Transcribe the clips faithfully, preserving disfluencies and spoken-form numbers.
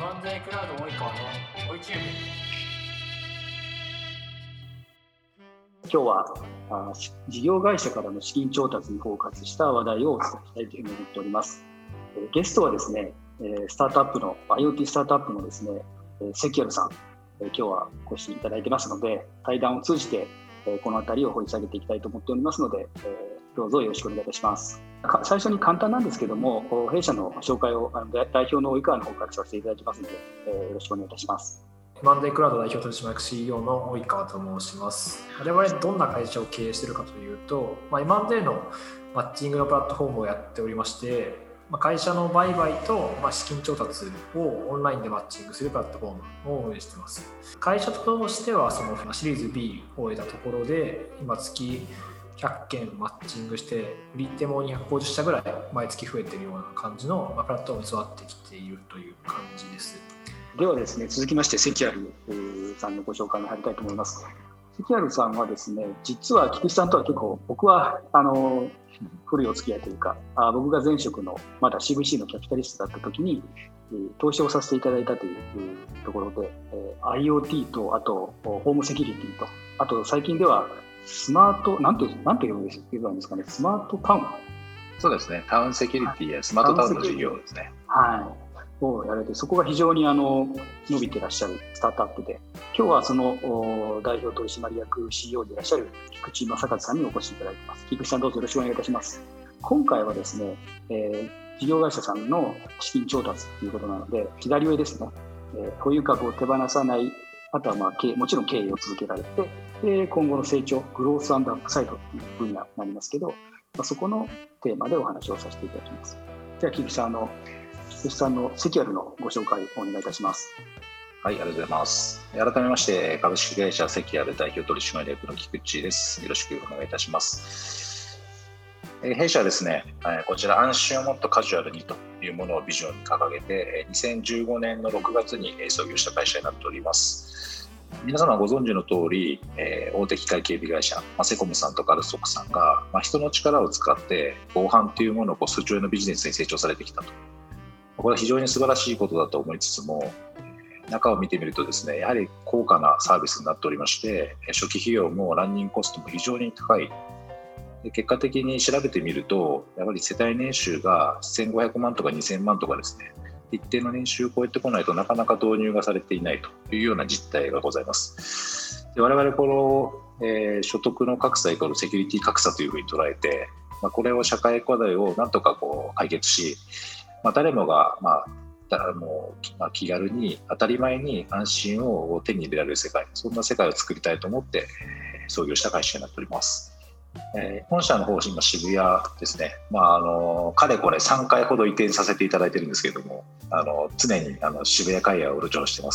マンデークラウド及川の追いチューブ。 今日はあ事業会社からの資金調達にフォーカスした話題をお伝えしたいというふうに思っております。えゲストはですね、スタートアップの IoT スタートアップのですね、セキュアルさん、今日はお越しいただいてますので、対談を通じてこのあたりを掘り下げていきたいと思っておりますので、どうぞよろしくお願いいたします。最初に簡単なんですけども、弊社の紹介を代表の及川の方からさせていただきますので、よろしくお願いいたします。 マンデークラウド代表取締役 シーイーオー の及川と申します。我々どんな会社を経営しているかというと、まあ、エムアンドエー のマッチングのプラットフォームをやっておりまして、まあ、会社の売買と、まあ、資金調達をオンラインでマッチングするプラットフォームを運営しています。会社としてはそのシリーズ ビー を得たところで、今月ひゃっけんマッチングして、売り手もにひゃくごじゅっしゃぐらい毎月増えているような感じの、まあ、プラットフォームに育ってきているという感じです。 ではですね、続きましてセキュアルさんのご紹介に入りたいと思います。セキュアルさんはですね、実は菊池さんとは結構僕はあの古いお付き合いというか、あ僕が前職のまだ シーブイシー のキャピタリストだった時に投資をさせていただいたというところで、 IoT とあとホームセキュリティと、あと最近ではスマートなんてなんて言うんですかね、スマートタウン、 そうですね、タウンセキュリティやスマートタウンの事業ですね。 はい。をやられて、そこが非常にあの伸びていらっしゃるスタートアップで、今日はその代表取締役 シーイーオー でいらっしゃる菊池正和さんにお越しいただいています。菊池さん、どうぞよろしくお願いいたします。今回はですね、えー、事業会社さんの資金調達ということなので、左上ですね、えー、保有株を手放さない、あとはまあ経もちろん経営を続けられて、で今後の成長、グロース&アップサイドという分野になりますけど、まあ、そこのテーマでお話をさせていただきます。では菊池さん、あの菊池さんのセキュアルのご紹介をお願いいたします。 はい、ありがとうございます。改めまして株式会社セキュアル代表取締役の菊池です。よろしくお願いいたします。弊社はですね、こちら安心をもっとカジュアルにというものをビジョンに掲げて、にせんじゅうごねんのろくがつに創業した会社になっております。皆様ご存知の通り、大手機械警備会社セコムさんとかルストックさんが人の力を使って防犯というものを数兆円のビジネスに成長されてきたと。これは非常に素晴らしいことだと思いつつも、中を見てみるとですね、やはり高価なサービスになっておりまして、初期費用もランニングコストも非常に高い。で結果的に調べてみると、やはり世帯年収がせんごひゃくまんとかにせんまんとかですね、一定の年収を超えてこないとなかなか導入がされていないというような実態がございます。で我々この、えー、所得の格差イコールセキュリティ格差というふうに捉えて、まあ、これを社会課題をなんとかこう解決し、まあ、誰もが、まあ、あのまあ、気軽に当たり前に安心を手に入れられる世界、そんな世界を作りたいと思って創業した会社になっております。えー、本社の方、今渋谷ですね、まあ、あのかれこれさんかいほど移転させていただいているんですけれども、あの常にあの渋谷エリアをうろちょろしています。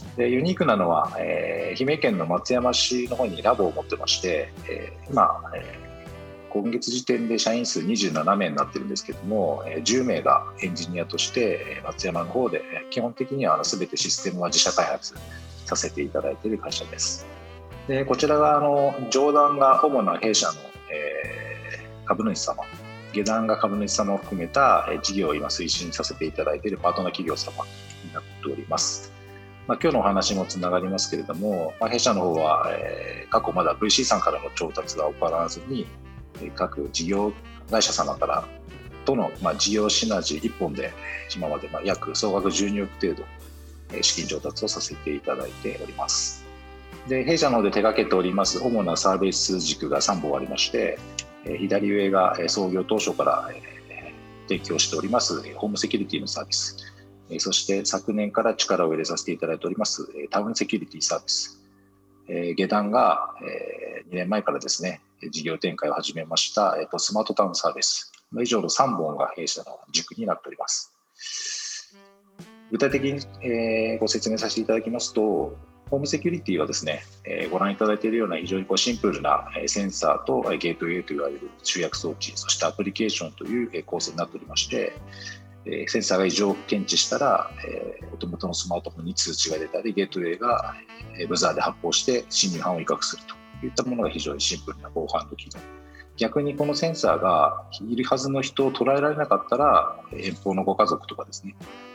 でユニークなのは、えー、愛媛県の松山市の方にラボを持ってまして、えー、今、えー今月時点で社員数にじゅうななめいになっているんですけども、じゅうめいがエンジニアとして松山の方で、基本的には全てシステムは自社開発させていただいている会社です。でこちらがあの上段が主な弊社の、えー、株主様、下段が株主様を含めた事業を今推進させていただいているパートナー企業様になっております。まあ、今日のお話もつながりますけれども、まあ、弊社の方は、えー、過去まだ ブイシー さんからの調達が行わずに、各事業会社様からとの、まあ、事業シナジーいっぽんで今までまあ約総額じゅうにおく程度資金調達をさせていただいております。で弊社の方で手掛けております主なサービス軸がさんぼんありまして、左上が創業当初から提供しておりますホームセキュリティのサービス、そして昨年から力を入れさせていただいておりますタウンセキュリティサービス、下段がにねんまえからですね事業展開を始めました、えっと、スマートタウンサービス以上のさんぼんが弊社の軸になっております。具体的に、えー、ご説明させていただきますと、ホームセキュリティはですね、えー、ご覧いただいているような非常にこうシンプルなセンサーとゲートウェイといわれる集約装置、そしてアプリケーションという構成になっておりまして、えー、センサーが異常を検知したら、えー、お手元のスマートフォンに通知が出たり、ゲートウェイがブザーで発砲して侵入犯を威嚇するといったものが非常にシンプルな防犯の機能。逆にこのセンサーがいるはずの人を捉えられなかったら、遠方のご家族とかですね、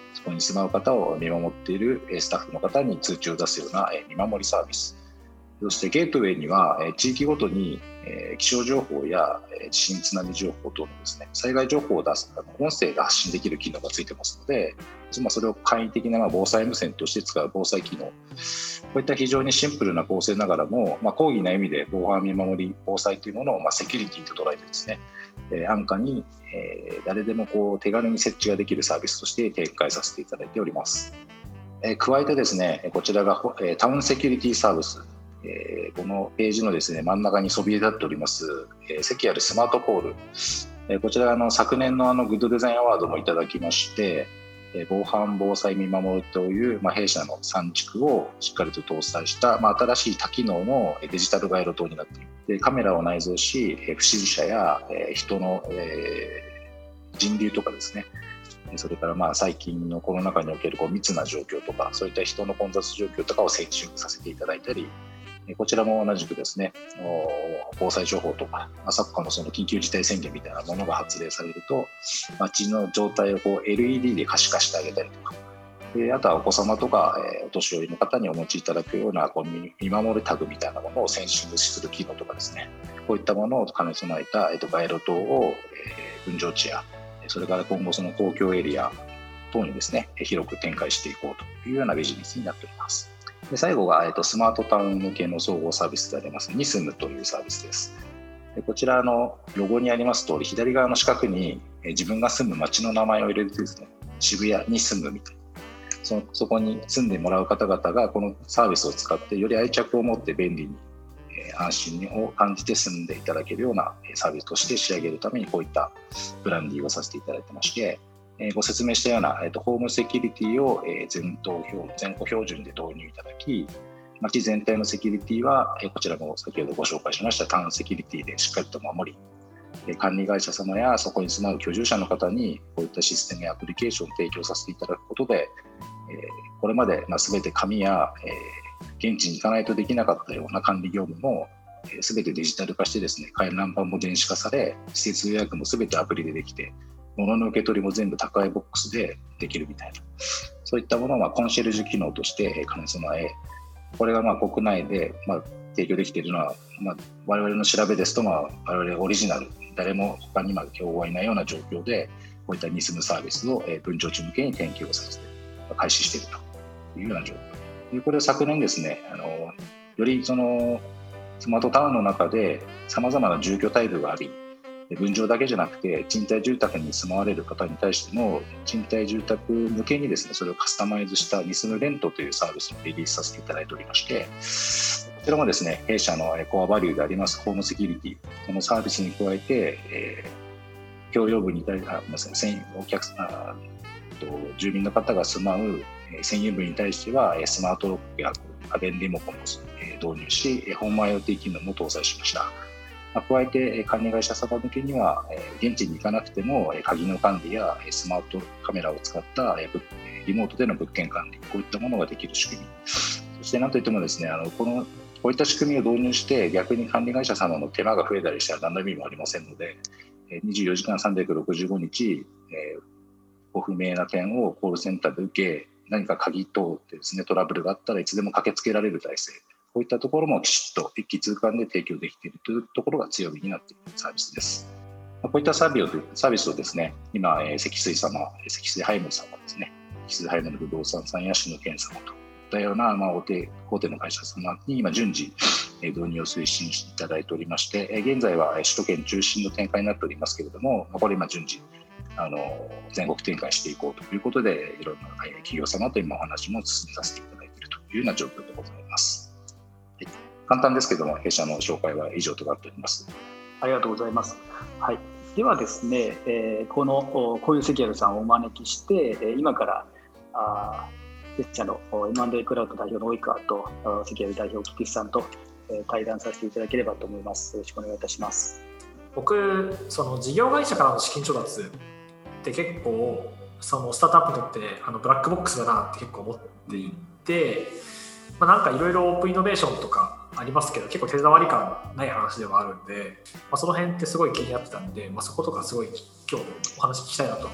そこに住まう方を見守っているスタッフの方に通知を出すような見守りサービス、そしてゲートウェイには地域ごとに気象情報や地震津波情報等のですね、災害情報を出す音声が発信できる機能がついてますので、それを簡易的な防災無線として使う防災機能、こういった非常にシンプルな構成ながらも、まあ、広義な意味で防犯見守り防災というものをまあセキュリティと捉えてですね、安価にえー、誰でもこう手軽に設置ができるサービスとして展開させていただいております。えー、加えてですね、こちらが、えー、タウンセキュリティサービス、えー、このページのですね真ん中にそびえ立っております、えー、関あるスマートポール、えー、こちらあの昨年のあのグッドデザインアワードもいただきまして、えー、防犯防災見守るという、まあ、弊社のさん軸をしっかりと搭載した、まあ、新しい多機能のデジタル街路灯になっている。でカメラを内蔵し、不審者や、えー、人の、えー、人流とかですね、それからまあ最近のコロナ禍におけるこう密な状況とか、そういった人の混雑状況とかを選手させていただいたり、こちらも同じくですね、防災情報とか、昨今のその緊急事態宣言みたいなものが発令されると、街の状態をこう エルイーディー で可視化してあげたりとか、であとはお子様とか、えー、お年寄りの方にお持ちいただくようなこう見守るタグみたいなものをセンシングする機能とかですね、こういったものを兼ね備えた、えー、と街路灯を、えー、分譲地やそれから今後その公共エリア等にですね広く展開していこうというようなビジネスになっております。で最後が、えー、とスマートタウン向けの総合サービスでありますニスムというサービスです。でこちらのロゴにあります通り、左側の四角に、えー、自分が住む街の名前を入れるとですね、渋谷に住むみたいな、そ, そこに住んでもらう方々がこのサービスを使ってより愛着を持って便利に、えー、安心を感じて住んでいただけるようなサービスとして仕上げるためにこういったブランディングをさせていただいてまして、えー、ご説明したような、えー、とホームセキュリティを、えー、全頭標全個標準で導入いただき、街全体のセキュリティは、えー、こちらも先ほどご紹介しましたタウンセキュリティでしっかりと守り、管理会社様やそこに住まう居住者の方にこういったシステムやアプリケーションを提供させていただくことで、えー、これまでまあ全て紙や、えー、現地に行かないとできなかったような管理業務も、えー、全てデジタル化してですね、回覧板も電子化され、施設予約も全てアプリでできて、物の受け取りも全部宅配ボックスでできるみたいな、そういったものはコンシェルジュ機能として兼ね備え、これがまあ国内でまあ提供できているのは、まあ、我々の調べですと、まあ、我々オリジナル、誰も他にまで競合はいないような状況でこういったニスムサービスを分譲地向けに提供させて開始しているというような状況で、これは昨年ですね、あのよりそのスマートタウンの中でさまざまな住居タイプがあり、分譲だけじゃなくて賃貸住宅に住まわれる方に対しても賃貸住宅向けにですね、それをカスタマイズしたニスムレントというサービスをリリースさせていただいておりまして、こちらもですね、弊社のコアバリューでありますホームセキュリティ、このサービスに加えて、えー、共用部に対してお客さん、住民の方が住まう占有部に対してはスマートロックや家電リモコンを導入し、ホーム IoT 機能も搭載しました。加えて管理会社様向けには現地に行かなくても鍵の管理やスマートカメラを使ったリモートでの物件管理、こういったものができる仕組み、そして何といってもですね、あのこのこういった仕組みを導入して逆に管理会社様の手間が増えたりしたら何の意味もありませんので、にじゅうよじかんさんびゃくろくじゅうごにち、えー、ご不明な点をコールセンターで受け、何か鍵等でですねトラブルがあったらいつでも駆けつけられる体制、こういったところもきちっと一気通貫で提供できているというところが強みになっているサービスです。こういったサービスを、サービスをですね、今、えー、積水様、積水ハイム様ですね、積水ハイムの不動産さんや篠健様といったような、まあ、大手、大手の会社様に今順次、えー、導入を推進していただいておりまして、えー、現在は首都圏中心の展開になっておりますけれども、これ今順次あの全国展開していこうということで、いろんな企業様と今お話も進めさせていただいているというような状況でございます。はい、簡単ですけども、弊社の紹介は以上となっております。 ありがとうございます。はい、ではですね、えー、このこういう関谷さんをお招きして、今からあ弊社の エムアンドエー クラウド代表の及川と関谷代表菊池さんと対談させていただければと思います。よろしくお願いいたします。 僕、その事業会社からの資金調達って結構そのスタートアップにとってあのブラックボックスだなって結構思っていて、まあ、なんかいろいろオープンイノベーションとかありますけど結構手触り感ない話ではあるんで、まあ、その辺ってすごい気になってたんで、まあ、そことかすごい今日お話聞きたいなと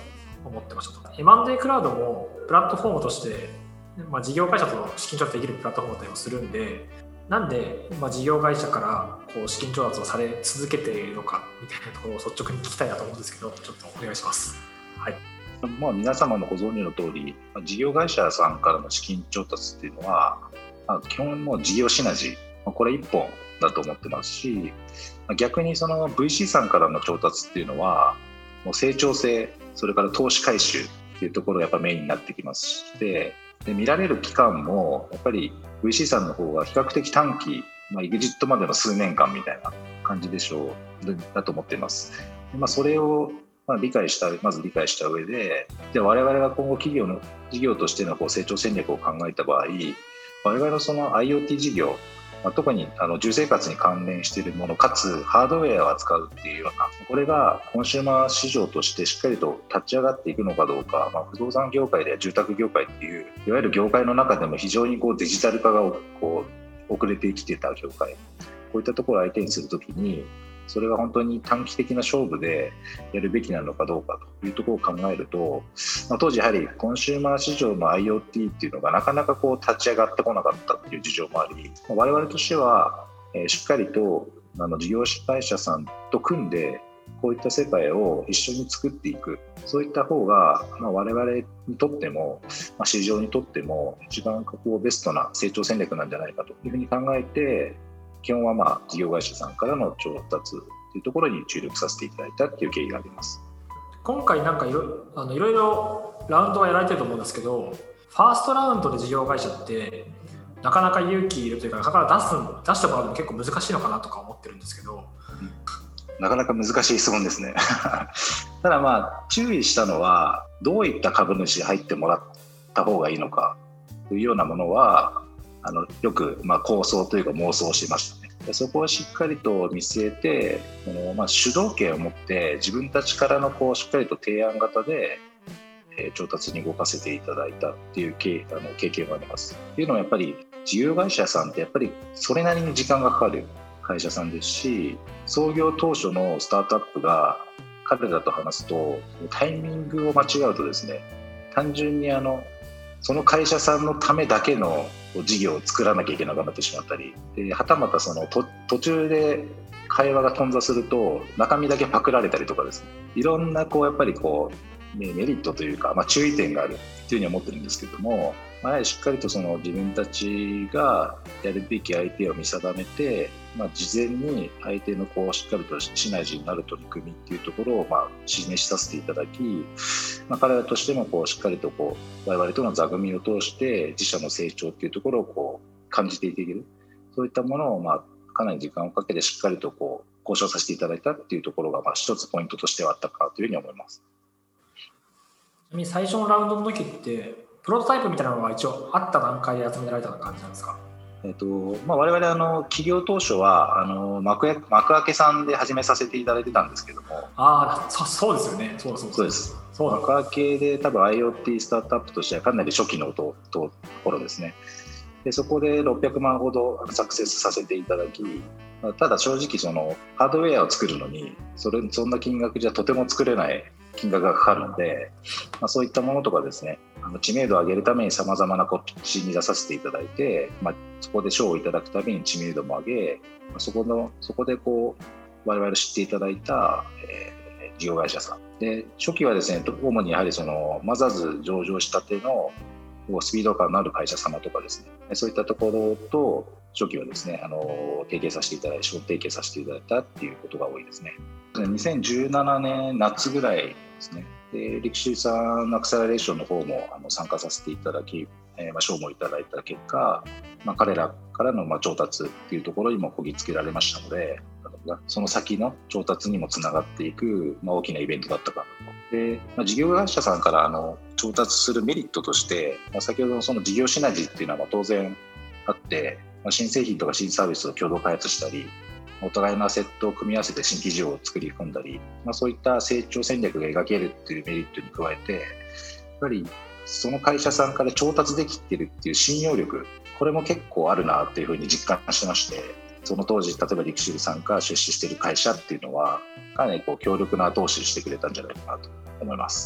思ってましたと。エムアンドエー クラウドもプラットフォームとして、まあ、事業会社と資金調達できるプラットフォームだったりもするんで、なんで、まあ、事業会社からこう資金調達をされ続けているのかみたいなところを率直に聞きたいなと思うんですけど、ちょっとお願いします。はい。 まあ、皆様のご存知の通り、事業会社さんからの資金調達っていうのは、基本もう事業シナジー、これ一本だと思ってますし、逆にその ブイシー さんからの調達っていうのは、もう成長性、それから投資回収っていうところがやっぱメインになってきまして、で見られる期間もやっぱり ブイシー さんの方が比較的短期、まあ、エグジットまでの数年間みたいな感じでしょうだと思っています。で、まあ、それをまあ理解したまず理解した上で、で我々が今後企業の事業としてのこう成長戦略を考えた場合、我々のその IoT 事業、まあ、特にあの住生活に関連しているものかつハードウェアを扱うっていうような、これがコンシューマー市場としてしっかりと立ち上がっていくのかどうか、まあ、不動産業界や住宅業界っていういわゆる業界の中でも非常にこうデジタル化がこう遅れてきてた業界、こういったところを相手にするときにそれが本当に短期的な勝負でやるべきなのかどうかというところを考えると、まあ、当時やはりコンシューマー市場の IoT っていうのがなかなかこう立ち上がってこなかったっていう事情もあり、まあ、我々としては、えー、しっかりとあの事業会社さんと組んでこういった世界を一緒に作っていく、そういった方が、まあ、我々にとっても、まあ、市場にとっても一番こうベストな成長戦略なんじゃないかというふうに考えて、基本はまあ事業会社さんからの調達というところに注力させていただいたという経緯があります。 今回なんかいろ、あのいろいろラウンドはやられてると思うんですけど、ファーストラウンドで事業会社ってなかなか勇気いるというか、なかなか出す出してもらうのも結構難しいのかなとか思ってるんですけど、 うん、なかなか難しい質問ですねただまあ注意したのは、どういった株主入ってもらった方がいいのかというようなものはあのよくまあ構想というか妄想しましたね。でそこをしっかりと見据えて、このまあ主導権を持って自分たちからのこうしっかりと提案型で、えー、調達に動かせていただいたっていう経、あの経験があります。っていうのはやっぱり事業会社さんってやっぱりそれなりに時間がかかる会社さんですし、創業当初のスタートアップが彼らと話すとタイミングを間違うとですね、単純にあのその会社さんのためだけの事業を作らなきゃいけなくなってしまったり、ではたまたそのと途中で会話が頓挫すると中身だけパクられたりとかですね、いろんなこうやっぱりこうメリットというか、まあ、注意点があるというふうに思ってるんですけども、まあ、やはりしっかりとその自分たちがやるべき相手を見定めて、まあ、事前に相手のこうしっかりとシナジーになる取り組みっていうところをまあ示しさせていただき、まあ、彼らとしてもこうしっかりとこう我々との座組みを通して自社の成長っていうところをこう感じていける、そういったものをまあかなり時間をかけてしっかりとこう交渉させていただいたっていうところがまあ一つポイントとしてはあったかというふうに思います。 ちなみに最初のラウンドの時ってプロトタイプみたいなのが一応あった段階で集められた感じなんですか？ えっとまあ、我々あの企業当初はあの 幕, 幕開けさんで始めさせていただいてたんですけども、 ああ そ, そうですよねそうそうそうですそう幕開けで多分 IoT スタートアップとしてはかなり初期のとところですね。でそこでろっぴゃくまんほどサクセスさせていただき、ただ正直そのハードウェアを作るのにそれそんな金額じゃとても作れない金額がかかるので、まあ、そういったものとかですね、あの知名度を上げるためにさまざまなこうピッチに出させていただいて、まあ、そこで賞をいただくために知名度も上げ、そこのそこでこう我々知っていただいた、えー、事業会社さんで、初期はですね主にやはりそのマザーズ上場したてのスピード感のある会社様とかですね、そういったところと初期はですねあの提携させていただいて、商提携させていただいたっていうことが多いですね。にせんじゅうななねん夏ぐらいですね、でリクシーさんのアクセラレーションの方もあの参加させていただき、えーまあ、賞もいただいた結果、まあ、彼らからのまあ調達っていうところにもこぎつけられましたので、その先の調達にもつながっていく、まあ、大きなイベントだったかなと。で、まあ、事業会社さんからあの調達するメリットとして、まあ、先ほどのその事業シナジーっていうのはまあ当然あって、まあ、新製品とか新サービスを共同開発したり、お互いのアセットを組み合わせて新規事業を作り込んだり、まあ、そういった成長戦略が描けるっていうメリットに加えて、やっぱりその会社さんから調達できてるっていう信用力、これも結構あるなっていうふうに実感してまして、その当時例えばリクシルさんが出資している会社っていうのはかなりこう強力な後押ししてくれたんじゃないかなと思います。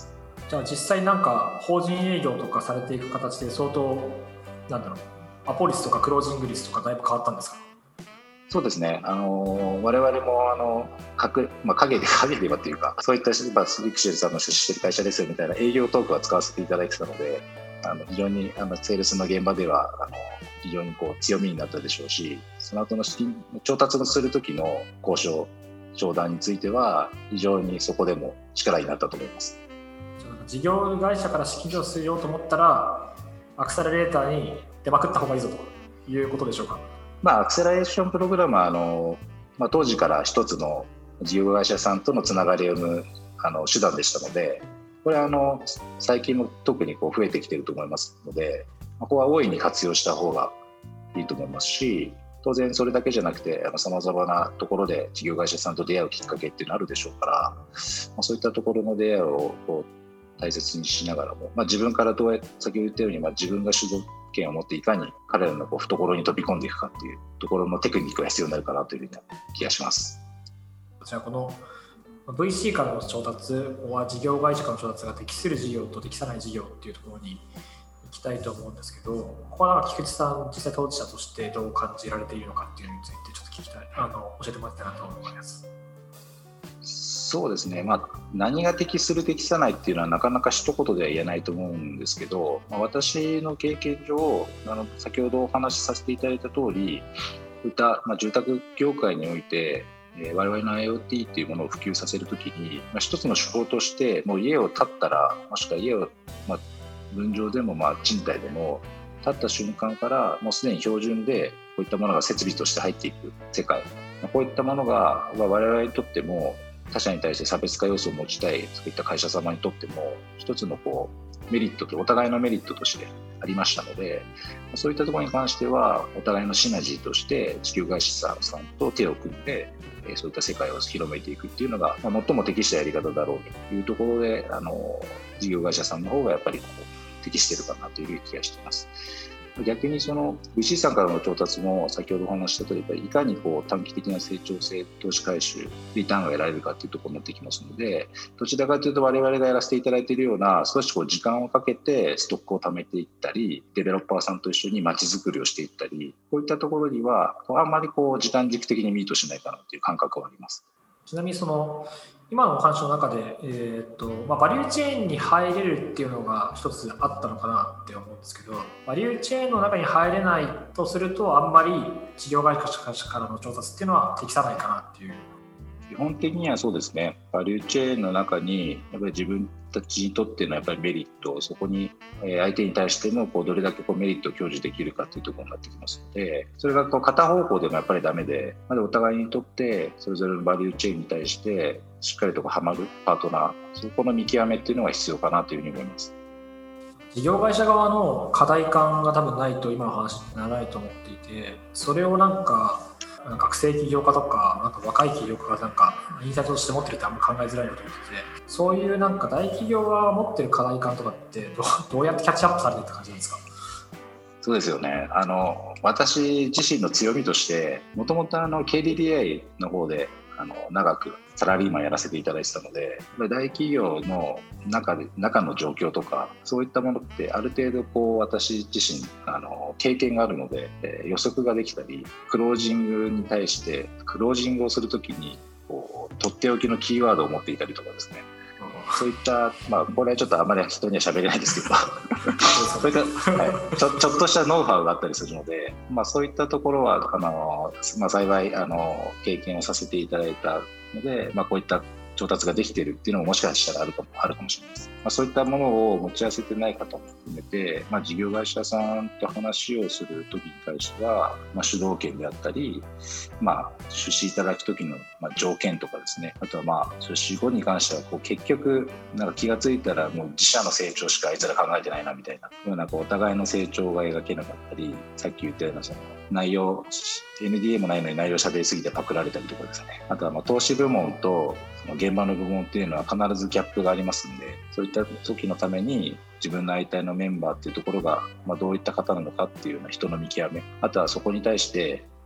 じゃあ実際なんか法人営業とかされていく形で相当なんだろうアポ率とかクロージング率とかだいぶ変わったんですか？ そうですね、あの我々もあの隠、まあ、陰で陰ではというか、そういったリクシェルさんの出資している会社ですよみたいな営業トークは使わせていただいてたので、あの非常にあのセールスの現場ではあの非常にこう強みになったでしょうし、その後の資金調達をする時の交渉商談については非常にそこでも力になったと思います。 事業会社から資金をしようと思ったらアクセラレーターに出まくった方がいいぞということでしょうか？ まあ、アクセラレーションプログラムはあの、まあ、当時から一つの事業会社さんとのつながりを生むあの手段でしたので、これはあの最近も特にこう増えてきていると思いますので、ここは大いに活用した方がいいと思いますし、当然それだけじゃなくてさまざまなところで事業会社さんと出会うきっかけっていうのがあるでしょうから、まあ、そういったところの出会いをこう大切にしながらも、まあ、自分からどうやって先ほど言ったように、まあ、自分が主導権を持っていかに彼らのこう懐に飛び込んでいくかっていうところのテクニックが必要になるかなという気がします。 じゃあこの ブイシー からの調達は事業会社からの調達が適する事業と適さない事業っていうところに行きたいと思うんですけど、ここはなんか菊池さん実際当事者としてどう感じられているのかっていうのについてちょっと聞きたい、あの教えてもらいたいなと思います。 そうですね、まあ、何が適する適さないっていうのはなかなか一言では言えないと思うんですけど、まあ、私の経験上あの先ほどお話しさせていただいた通り、こういった、まあ、住宅業界において、えー、我々の IoT っていうものを普及させるときに、まあ、一つの手法としてもう家を建ったら、もしくは家を、まあ、分譲でもまあ賃貸でも建った瞬間からもうすでに標準でこういったものが設備として入っていく世界、まあ、こういったものが我々にとっても他社に対して差別化要素を持ちたいそういった会社様にとっても一つのこうメリットとお互いのメリットとしてありましたので、そういったところに関してはお互いのシナジーとして事業会社さんと手を組んでそういった世界を広めていくっていうのが最も適したやり方だろうというところで、あの事業会社さんの方がやっぱりこう適しているかなという気がしています。逆にその ブイシー さんからの調達も先ほどお話したとおり、いかにこう短期的な成長性、投資回収、リターンが得られるかというところになってきますので、どちらかというと我々がやらせていただいているような少しこう時間をかけてストックを貯めていったり、デベロッパーさんと一緒に街づくりをしていったり、こういったところにはあんまりこう時間軸的にミートしないかなという感覚はあります。 ちなみにその今のお話の中で、えーっとまあ、バリューチェーンに入れるっていうのが一つあったのかなって思うんですけど、バリューチェーンの中に入れないとするとあんまり事業会社からの調達っていうのは適さないかなっていう。 基本的にはそうですね、バリューチェーンの中にやっぱり自分たちにとってのやっぱりメリットをそこに相手に対してもこうどれだけこうメリットを享受できるかというところになってきますので、それがこう片方向でもやっぱりダメで、まだお互いにとってそれぞれのバリューチェーンに対してしっかりとこうハマるパートナー、そこの見極めっていうのが必要かなというふうに思います。 事業会社側の課題感が多分ないと今の話ってならないと思っていて、それをなんか学生起業家とか、なんか若い起業家がなんかインサイトとして持ってるってあんま考えづらいなと思ってて、そういうなんか大企業が持ってる課題感とかってど う, どうやってキャッチアップされていった感じなんですか？ そうですよね、あの私自身の強みとしてもともと ケーディーディーアイ の方であの長くサラリーマンやらせていただいてたので、大企業の中で中の状況とかそういったものってある程度こう私自身あの経験があるので、えー、予測ができたり、クロージングに対してクロージングをするときにこうとっておきのキーワードを持っていたりとかですね、そういった、まあ、これはちょっとあまり人には喋れないですけどそういった、はい、ちょ、ちょっとしたノウハウがあったりするので、まあ、そういったところはあの、まあ、幸いあの経験をさせていただいたので、まあ、こういった調達ができているっていうのももしかしたらあるかも、あるかもしれないです。まあ、そういったものを持ち合わせてない方も含めて、まあ、事業会社さんと話をするときに対しては、まあ、主導権であったり、まあ、出資いただくときのまあ条件とかですね、あとはまあ出資後に関してはこう結局なんか気がついたらもう自社の成長しかあいつら考えてないなみたいなようなこうお互いの成長が描けなかったり、さっき言ったようなその内容 エヌディーエー もないのに内容喋りすぎてパクられたりとかですね、あとはまあ投資部門と現場の部門っていうのは必ずギャップがありますので、そういった時のために自分の相手のメンバーっていうところがまあどういった方なのかっていうような人の見極め、あとはそこに対して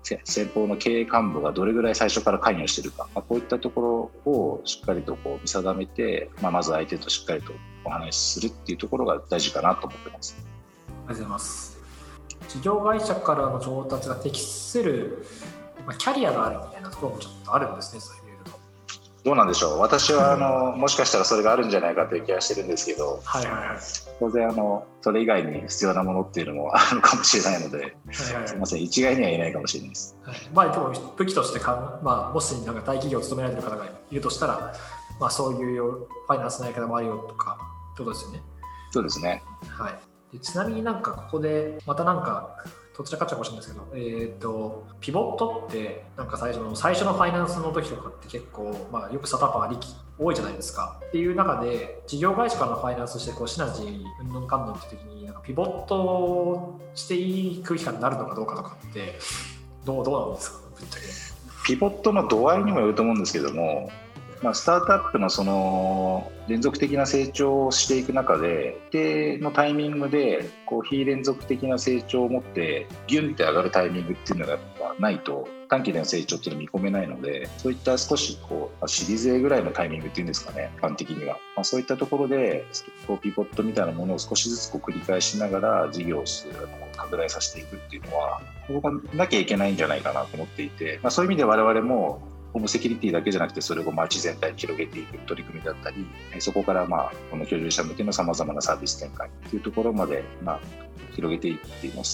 先方の経営幹部がどれぐらい最初から関与しているか、まあ、こういったところをしっかりとこう見定めて、まあ、まず相手としっかりとお話しするっていうところが大事かなと思ってます。 ありがとうございます。事業会社からの調達が適する、まあ、キャリアがあるみたいなところもちょっとあるんですね、そういうと。 どうなんでしょう。私はあのもしかしたらそれがあるんじゃないかという気がしてるんですけど、 はいはいはい、 当然あのそれ以外に必要なものっていうのもあるかもしれないので、はいはい、すみません、一概には言えないかもしれないです。 はい、まあでも武器としてか、まあ、もしなんか大企業を務められている方がいるとしたら、まあ、そういうファイナンスのやり方もあるよとかってことですよね。 そうですね。 はい。でちなみになんかここでまたなんかどちらかっちゃうかもしれないですけど、えーと、ピボットってなんか最初の最初のファイナンスの時とかって結構、まあ、よくスタートアップありき多いじゃないですかっていう中で、事業会社からのファイナンスしてこうシナジーうんぬんかんぬんって時になんかピボットしていい空気感になるのかどうかとかってどうどうなんですか、ぶっちゃけ。 ピボットの度合いにもよると思うんですけども、まあ、スタートアップのその連続的な成長をしていく中で一定のタイミングでこう非連続的な成長を持ってギュンって上がるタイミングっていうのがやっぱないと短期での成長っていうのは見込めないので、そういった少しこうシリーズ A ぐらいのタイミングっていうんですかね、一般的には、まあ、そういったところでこうピボットみたいなものを少しずつこう繰り返しながら事業を拡大させていくっていうのは僕はなきゃいけないんじゃないかなと思っていて、まあ、そういう意味で我々もホームセキュリティだけじゃなくてそれを街全体に広げていく取り組みだったり、そこからまあこの居住者向けのさまざまなサービス展開というところまでまあ広げていっています。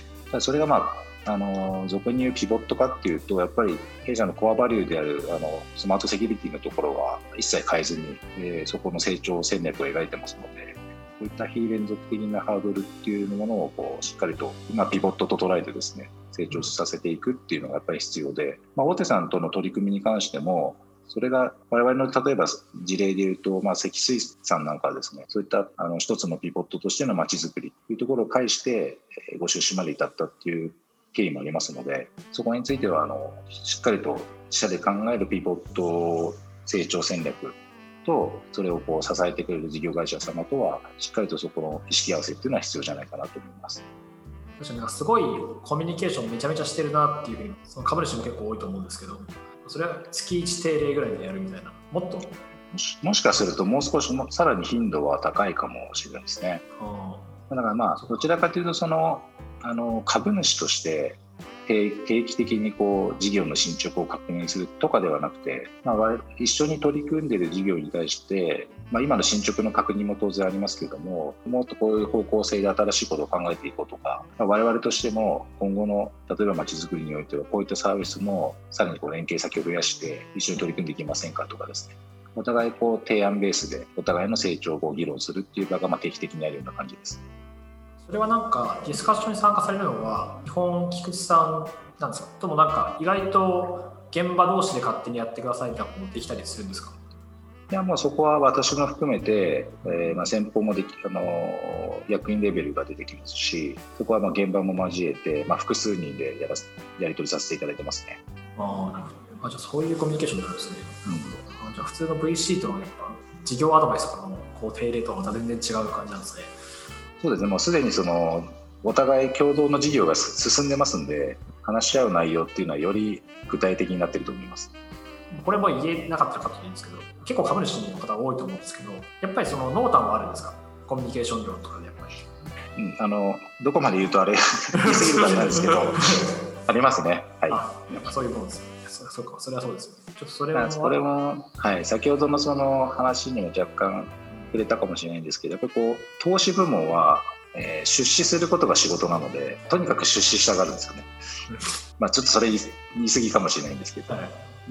ただそれがまああの俗に言うピボットかっていうと、やっぱり弊社のコアバリューであるあのスマートセキュリティのところは一切変えずに、えー、そこの成長戦略を描いてますので、こういった非連続的なハードルっていうものをこうしっかりと今ピボットと捉えてですね成長させていくっていうのがやっぱり必要で、まあ、大手さんとの取り組みに関してもそれが我々の例えば事例でいうと、まあ、積水さんなんかはですね、そういったあの一つのピボットとしての街づくりというところを介してご出資まで至ったっていう経緯もありますので、そこについてはあのしっかりと自社で考えるピボット成長戦略とそれをこう支えてくれる事業会社様とはしっかりとそこの意識合わせっていうのは必要じゃないかなと思います。 確かになんかすごいコミュニケーションめちゃめちゃしてるなっていうふうにその株主も結構多いと思うんですけど、それは月いち定例ぐらいでやるみたいな、もっと も, し, もしかするともう少しもさらに頻度は高いかもしれないですね。だからまあどちらかというとそのあの株主として定期的にこう事業の進捗を確認するとかではなくて、まあ、一緒に取り組んでいる事業に対して、まあ、今の進捗の確認も当然ありますけれども、もっとこういう方向性で新しいことを考えていこうとか、まあ、我々としても今後の例えばまちづくりにおいてはこういったサービスもさらにこう連携先を増やして一緒に取り組んでいきませんかとかですね、お互いこう提案ベースでお互いの成長を議論するっていう場がまあ定期的にあるような感じです。 それはなんかディスカッションに参加されるのは基本菊池さんなんですか、ともなんか意外と現場同士で勝手にやってくださいみたいなこともできたりするんですか。 いやもうそこは私も含めて、えー、まあ先方もでき、あのー、役員レベルが出てきますし、そこはまあ現場も交えて、まあ、複数人でやらやり取りさせていただいてますね。 ああ、なるほど。あ、じゃあそういうコミュニケーションになるんですね。うん、あ、じゃあ普通の ブイシー とのやっぱ事業アドバイスとかのこう定例とはまた全然違う感じなんですね。 そうですね、もうすでにそのお互い共同の事業が進んでますんで、話し合う内容っていうのはより具体的になっていると思います。これも言えなかったらかといいんですけど、結構株主の方多いと思うんですけど、やっぱりその濃淡はあるんですか、コミュニケーション量とかでやっぱり。うん、 あのどこまで言うとあれ言い過ぎるかあれなんですけどありますね。はい。 あ、やっぱそういうものですね。そ, そうか、それはそうですよね。ちょっとそれはそれも、はい、先ほどのその話にも若干触れたかもしれないんですけど、やっぱりこう投資部門はえー、出資することが仕事なので、とにかく出資したがるんですよね。まあちょっとそれ言い過ぎかもしれないんですけど、はい、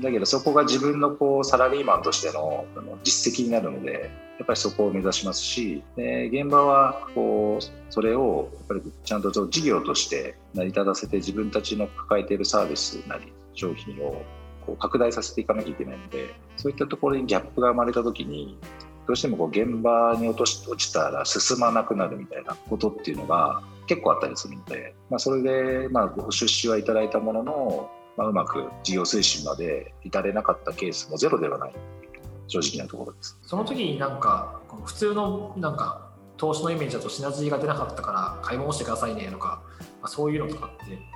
だけどそこが自分のこうサラリーマンとしての実績になるので、やっぱりそこを目指しますし、で現場はこうそれをやっぱりちゃんと事業として成り立たせて、自分たちの抱えているサービスなり商品をこう拡大させていかなきゃいけないので、そういったところにギャップが生まれた時に、どうしてもこう現場に落とし落ちたら進まなくなるみたいなことっていうのが結構あったりするので、まあ、それでまあご出資はいただいたものの、まあ、うまく事業推進まで至れなかったケースもゼロではない正直なところです。 その時になんか普通のなんか投資のイメージだとシナジーが出なかったから買い物してくださいねとか、まあ、そういうのとかって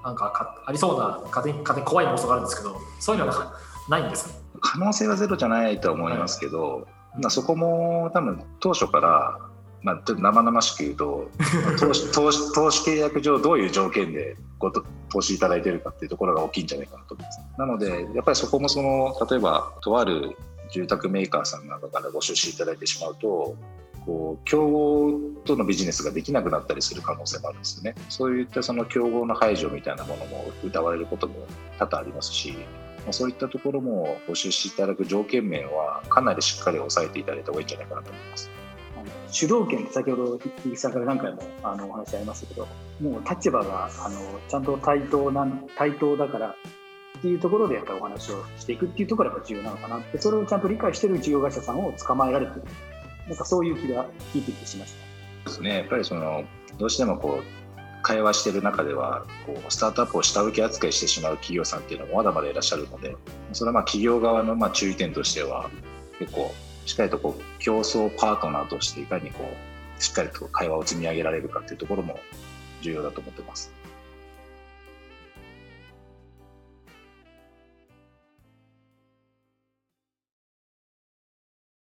なんかかありそうな勝手に勝手に怖い妄想があるんですけど、そういうのがないんですか？ 可能性はゼロじゃないとは思いますけど、はい、まあ、そこも多分当初から、まあ、ちょっと生々しく言うと投資、投資、投資契約上どういう条件でご投資いただいているかっていうところが大きいんじゃないかなと思います。なのでやっぱりそこもその例えばとある住宅メーカーさんなんかからご出資いただいてしまうと、こう競合とのビジネスができなくなったりする可能性もあるんですよね。そういったその競合の排除みたいなものも謳われることも多々ありますし、そういったところもご出資いただく条件面はかなりしっかり抑えていただいた方がいいんじゃないかなと思います。 主導権って先ほど樋口さんから何回もあのお話ありましたけど、もう立場があのちゃんと対等なん対等だからっていうところでやっぱりお話をしていくっていうところが重要なのかなって、それをちゃんと理解している事業会社さんを捕まえられている、なんかそういう気が聞いてきてしました。 ですね。やっぱりそのどうしてもこう会話している中ではこうスタートアップを下請け扱いしてしまう企業さんっていうのもまだまだいらっしゃるので、それはまあ企業側のまあ注意点としては結構しっかりとこう競争パートナーとしていかにこうしっかりと会話を積み上げられるかっていうところも重要だと思ってます。